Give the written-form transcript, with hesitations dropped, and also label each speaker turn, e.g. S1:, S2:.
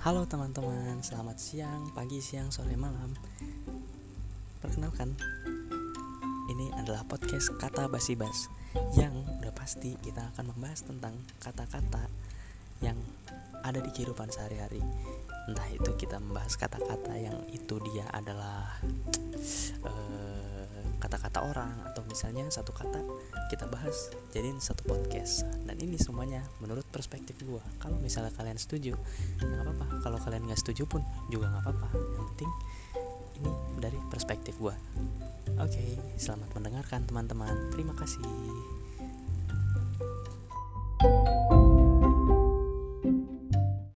S1: Halo teman-teman, selamat siang, pagi, siang, sore, malam. Perkenalkan, ini adalah podcast Kata Basi Bas, yang udah pasti kita akan membahas tentang kata-kata yang ada di kehidupan sehari-hari. Entah itu kita membahas kata-kata yang itu dia adalah kata-kata orang, atau misalnya satu kata kita bahas jadiin satu podcast. Dan ini semuanya menurut perspektif gue. Kalau misalnya kalian setuju, ya nggak apa-apa. Kalau kalian nggak setuju pun juga nggak apa-apa. Yang penting ini dari perspektif gue. Oke, selamat mendengarkan teman-teman. Terima kasih.